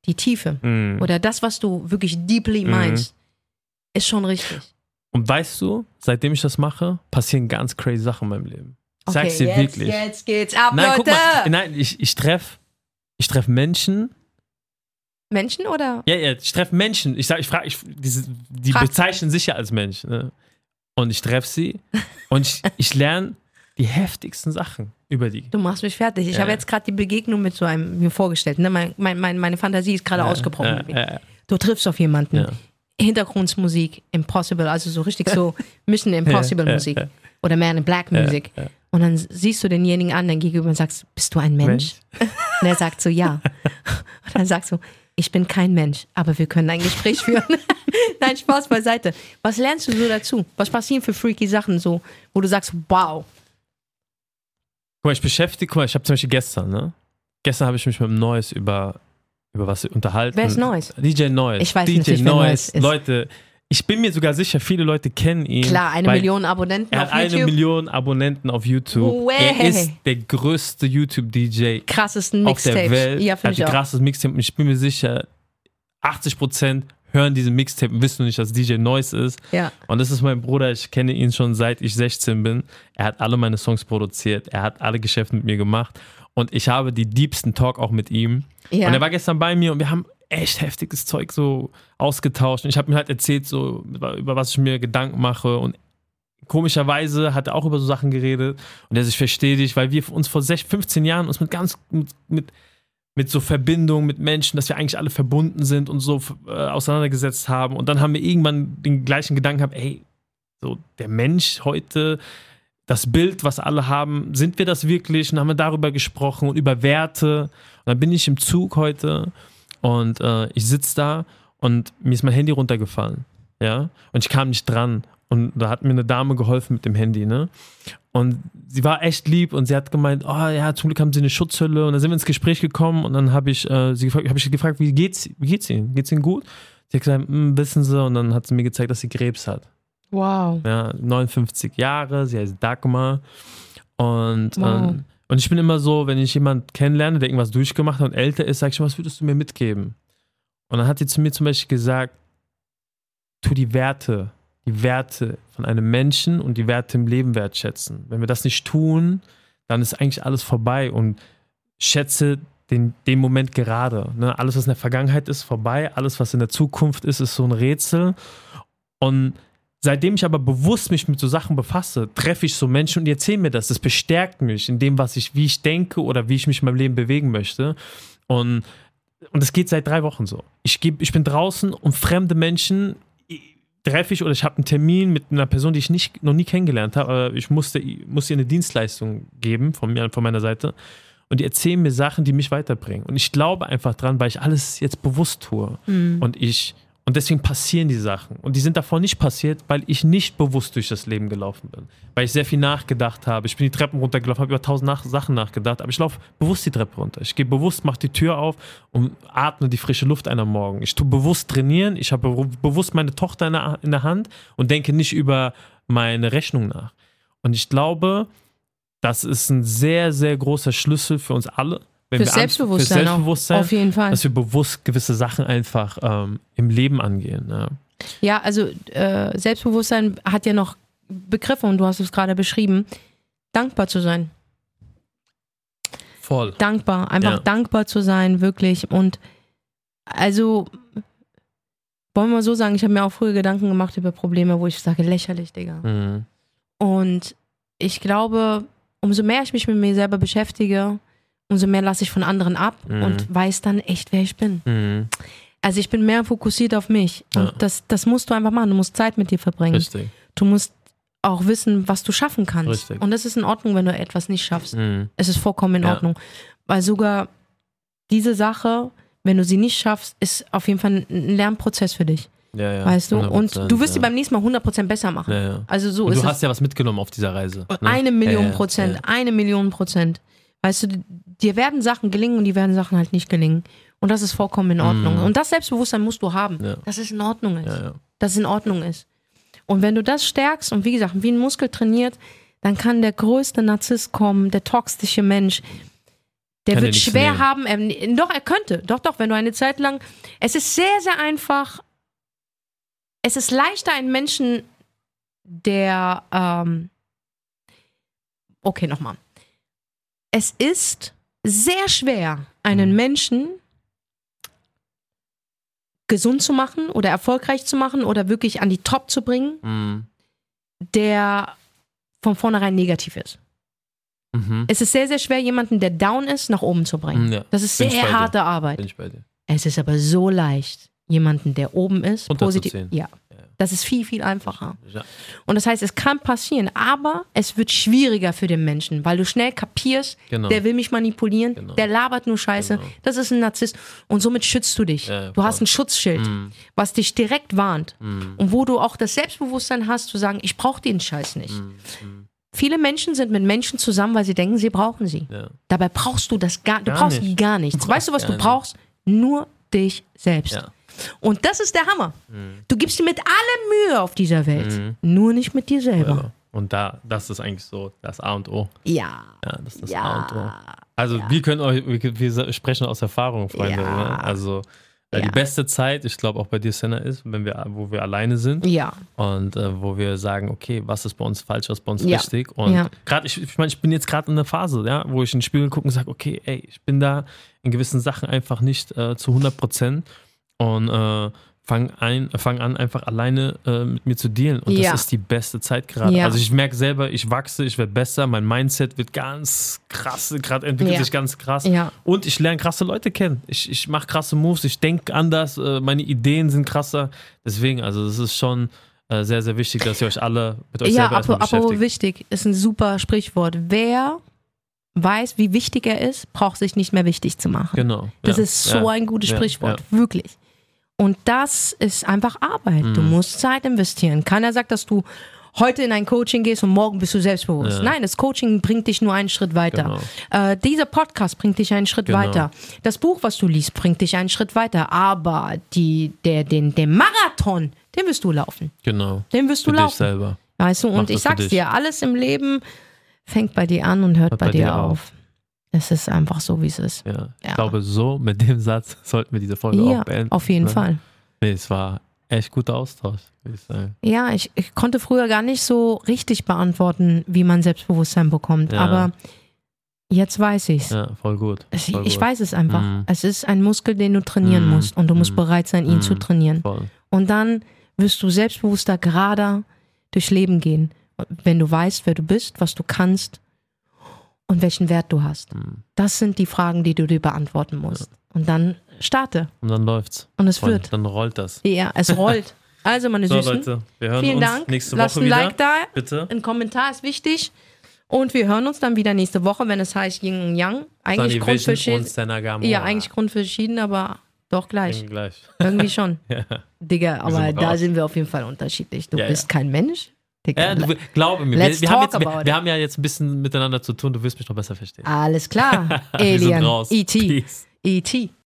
die Tiefe oder das, was du wirklich deeply meinst, ist schon richtig. Und weißt du, seitdem ich das mache, passieren ganz crazy Sachen in meinem Leben. Ich sag's dir wirklich. Jetzt geht's ab, nein, Leute! Guck mal, nein, ich treff Menschen. Menschen oder? Ja, ich treffe Menschen. Die bezeichnen sich ja als Mensch. Ne? Und ich treffe sie und ich lerne die heftigsten Sachen über die. Du machst mich fertig. Ich habe jetzt gerade die Begegnung mit so einem mir vorgestellt. Ne? Meine Fantasie ist gerade ausgebrochen. Du triffst auf jemanden. Hintergrundmusik, Impossible, also so richtig so Mission Impossible Musik. Oder Man in Black Music. Und dann siehst du denjenigen an, dein Gegenüber und sagst, bist du ein Mensch? Und er sagt so, ja. Und dann sagst du, ich bin kein Mensch, aber wir können ein Gespräch führen. Nein, Spaß beiseite. Was lernst du so dazu? Was passieren für freaky Sachen so, wo du sagst, wow. Guck mal, ich habe zum Beispiel gestern habe ich mich mit dem Noise über was unterhalten. Wer ist Noise? DJ Noise. Ich weiß DJ nicht, wer Noise ist. Leute, ich bin mir sogar sicher, viele Leute kennen ihn. Klar, 1 Million Abonnenten auf YouTube. Er hat 1 Million Abonnenten auf YouTube. Er ist der größte YouTube-DJ krassesten auf der Welt. Ja, er hat ein krasses Mixtape und ich bin mir sicher, 80% hören diese Mixtape und wissen nicht, dass DJ Noise ist. Ja. Und das ist mein Bruder, ich kenne ihn schon seit ich 16 bin. Er hat alle meine Songs produziert, er hat alle Geschäfte mit mir gemacht und ich habe die deepsten Talk auch mit ihm. Ja. Und er war gestern bei mir und wir haben echt heftiges Zeug so ausgetauscht und ich habe mir halt erzählt, so über was ich mir Gedanken mache und komischerweise hat er auch über so Sachen geredet und er sich verstetigt, weil wir uns vor 15 Jahren uns mit so Verbindungen mit Menschen, dass wir eigentlich alle verbunden sind und so auseinandergesetzt haben und dann haben wir irgendwann den gleichen Gedanken gehabt, ey, so der Mensch heute, das Bild, was alle haben, sind wir das wirklich? Und dann haben wir darüber gesprochen und über Werte und dann bin ich im Zug heute und ich sitze da und mir ist mein Handy runtergefallen, ja, und ich kam nicht dran und da hat mir eine Dame geholfen mit dem Handy, ne, und sie war echt lieb und sie hat gemeint, oh ja, zum Glück haben sie eine Schutzhülle und dann sind wir ins Gespräch gekommen und dann habe ich sie gefragt, wie geht's Ihnen? Geht's Ihnen gut? Sie hat gesagt, wissen Sie, und dann hat sie mir gezeigt, dass sie Krebs hat. Wow. Ja, 59 Jahre, sie heißt Dagmar und und ich bin immer so, wenn ich jemanden kennenlerne, der irgendwas durchgemacht hat und älter ist, sag ich schon, was würdest du mir mitgeben? Und dann hat sie zu mir zum Beispiel gesagt, tu die Werte von einem Menschen und die Werte im Leben wertschätzen. Wenn wir das nicht tun, dann ist eigentlich alles vorbei und schätze den Moment gerade. Ne? Alles, was in der Vergangenheit ist, vorbei. Alles, was in der Zukunft ist so ein Rätsel. Und seitdem ich aber bewusst mich mit so Sachen befasse, treffe ich so Menschen und die erzählen mir das. Das bestärkt mich in dem, wie ich denke oder wie ich mich in meinem Leben bewegen möchte. Und das geht seit 3 Wochen so. Ich bin draußen und fremde Menschen treffe ich oder ich habe einen Termin mit einer Person, die ich noch nie kennengelernt habe, aber ich muss ihr eine Dienstleistung geben von meiner Seite und die erzählen mir Sachen, die mich weiterbringen. Und ich glaube einfach dran, weil ich alles jetzt bewusst tue. Und deswegen passieren die Sachen. Und die sind davor nicht passiert, weil ich nicht bewusst durch das Leben gelaufen bin. Weil ich sehr viel nachgedacht habe. Ich bin die Treppen runtergelaufen, habe über 1000 Sachen nachgedacht. Aber ich laufe bewusst die Treppe runter. Ich gehe bewusst, mache die Tür auf und atme die frische Luft ein am Morgen. Ich tue bewusst trainieren. Ich habe bewusst meine Tochter in der Hand und denke nicht über meine Rechnung nach. Und ich glaube, das ist ein sehr, sehr großer Schlüssel für uns alle. Für Selbstbewusstsein auf jeden Fall. Dass wir bewusst gewisse Sachen einfach im Leben angehen. Ja, also Selbstbewusstsein hat ja noch Begriffe und du hast es gerade beschrieben. Dankbar zu sein. Voll. Dankbar, einfach dankbar zu sein, wirklich. Und also, wollen wir mal so sagen, ich habe mir auch früher Gedanken gemacht über Probleme, wo ich sage, lächerlich, Digga. Mhm. Und ich glaube, umso mehr ich mich mit mir selber beschäftige, umso mehr lasse ich von anderen ab und weiß dann echt, wer ich bin. Mhm. Also ich bin mehr fokussiert auf mich. Und das musst du einfach machen. Du musst Zeit mit dir verbringen. Richtig. Du musst auch wissen, was du schaffen kannst. Richtig. Und es ist in Ordnung, wenn du etwas nicht schaffst. Mhm. Es ist vollkommen in Ordnung. Weil sogar diese Sache, wenn du sie nicht schaffst, ist auf jeden Fall ein Lernprozess für dich. Ja, weißt du? Und du wirst sie beim nächsten Mal 100% besser machen. Ja. Also so und ist du hast ja was mitgenommen auf dieser Reise. Ne? 1 Million Prozent. 1 Million Prozent. Weißt du, dir werden Sachen gelingen und die werden Sachen halt nicht gelingen. Und das ist vollkommen in Ordnung. Und das Selbstbewusstsein musst du haben, dass es in Ordnung ist. Ja. Dass es in Ordnung ist. Und wenn du das stärkst und wie gesagt, wie ein Muskel trainiert, dann kann der größte Narzisst kommen, der toxische Mensch. Der Kann wird er nichts schwer nehmen. haben. Doch, er könnte. Doch, wenn du eine Zeit lang. Es ist sehr, sehr einfach. Es ist leichter, einen Menschen, der. Okay, nochmal. Es ist sehr schwer, einen Menschen gesund zu machen oder erfolgreich zu machen oder wirklich an die Top zu bringen, der von vornherein negativ ist. Es ist sehr, sehr schwer, jemanden, der down ist, nach oben zu bringen. Ja, Das ist bin ich bei sehr dir. harte Arbeit. Bin ich bei dir. Es ist aber so leicht, jemanden, der oben ist, positiv. Runterzuziehen. Ja, das ist viel, viel einfacher. Ja. Und das heißt, es kann passieren, aber es wird schwieriger für den Menschen, weil du schnell kapierst, Genau. der will mich manipulieren, Genau. der labert nur Scheiße, Genau. das ist ein Narzisst und somit schützt du dich. Ja, Du hast voll. ein Schutzschild, was dich direkt warnt und wo du auch das Selbstbewusstsein hast, zu sagen, ich brauche den Scheiß nicht. Viele Menschen sind mit Menschen zusammen, weil sie denken, sie brauchen sie. Ja. Dabei brauchst du das du Gar brauchst nicht. gar nichts. Du Weißt du, was brauchst du gar brauchst? Nur dich selbst. Ja. Und das ist der Hammer. Du gibst dir mit allem Mühe auf dieser Welt, nur nicht mit dir selber. Ja. Und das ist eigentlich so das A und O. Ja. Ja, das ist das A und O. Also wir sprechen aus Erfahrung, Freunde. Ja. Ne? Also Ja. die beste Zeit, ich glaube auch bei dir, Senna, ist, wo wir alleine sind Ja. und wo wir sagen, okay, was ist bei uns falsch, was ist bei uns Ja. richtig. Und Ja. gerade, ich meine, ich bin jetzt gerade in der Phase, ja, wo ich in den Spiegel gucke und sage, okay, ey, ich bin da in gewissen Sachen einfach nicht zu 100% und fang an, einfach alleine mit mir zu dealen. Und Ja. das ist die beste Zeit gerade. Ja. Also ich merke selber, ich wachse, ich werde besser, mein Mindset wird ganz krass, gerade entwickelt Ja. sich ganz krass. Ja. Und ich lerne krasse Leute kennen. Ich mache krasse Moves, ich denke anders, meine Ideen sind krasser. Deswegen, also es ist schon sehr, sehr wichtig, dass ihr euch alle mit euch Ja, selber erstmal aber beschäftigt. wichtig, ist ein super Sprichwort. Wer weiß, wie wichtig er ist, braucht sich nicht mehr wichtig zu machen. Genau. Das ja. ist so Ja. ein gutes Ja. Sprichwort, Ja. wirklich. Und das ist einfach Arbeit. Du musst Zeit investieren. Keiner sagt, dass du heute in ein Coaching gehst und morgen bist du selbstbewusst. Ja. Nein, das Coaching bringt dich nur einen Schritt weiter. Dieser Podcast bringt dich einen Schritt Genau. weiter. Das Buch, was du liest, bringt dich einen Schritt weiter. Aber den Marathon, den wirst du laufen. Genau. Den wirst du Für dich laufen. selber. Weißt du, Mach und ich das für sag's dich. dir, alles im Leben fängt bei dir an und hört bei dir auf. Es ist einfach so, wie es ist. Ja. Ich Ja. glaube, so mit dem Satz sollten wir diese Folge Ja, auch beenden. auf jeden ne? Fall. Nee, es war echt guter Austausch, würde ich sagen. Ja, ich konnte früher gar nicht so richtig beantworten, wie man Selbstbewusstsein bekommt. Ja. Aber jetzt weiß ich's. Ja, voll gut. Voll Ich gut. weiß es einfach. Mhm. Es ist ein Muskel, den du trainieren Mhm. musst. Und du musst bereit sein, ihn zu trainieren. Voll. Und dann wirst du selbstbewusster, gerader durchs Leben gehen. Wenn du weißt, wer du bist, was du kannst und welchen Wert du hast. Das sind die Fragen, die du dir beantworten musst. Und dann starte. Und dann läuft's. Und es Freunde, wird. Dann rollt das. Ja, es rollt. Also, meine So, Süßen, Leute, wir hören vielen uns Dank. nächste Lasst Woche ein wieder. Like da. Bitte. Ein Kommentar ist wichtig. Und wir hören uns dann wieder nächste Woche, wenn es heißt Yin und Yang. Eigentlich Sunny Vision und grundverschieden. Senna Gamora. Ja, eigentlich grundverschieden, aber doch gleich. Irgendwie gleich. Irgendwie schon. Ja. Digga, aber sind da raus. sind wir auf jeden Fall unterschiedlich. Du Ja, bist ja. kein Mensch. Digga, Ja, glaube mir. Let's Wir talk about it. haben ja jetzt ein bisschen miteinander zu tun. Du wirst mich noch besser verstehen. alles klar. Wir sind Alien. raus. E.T. Peace. E.T.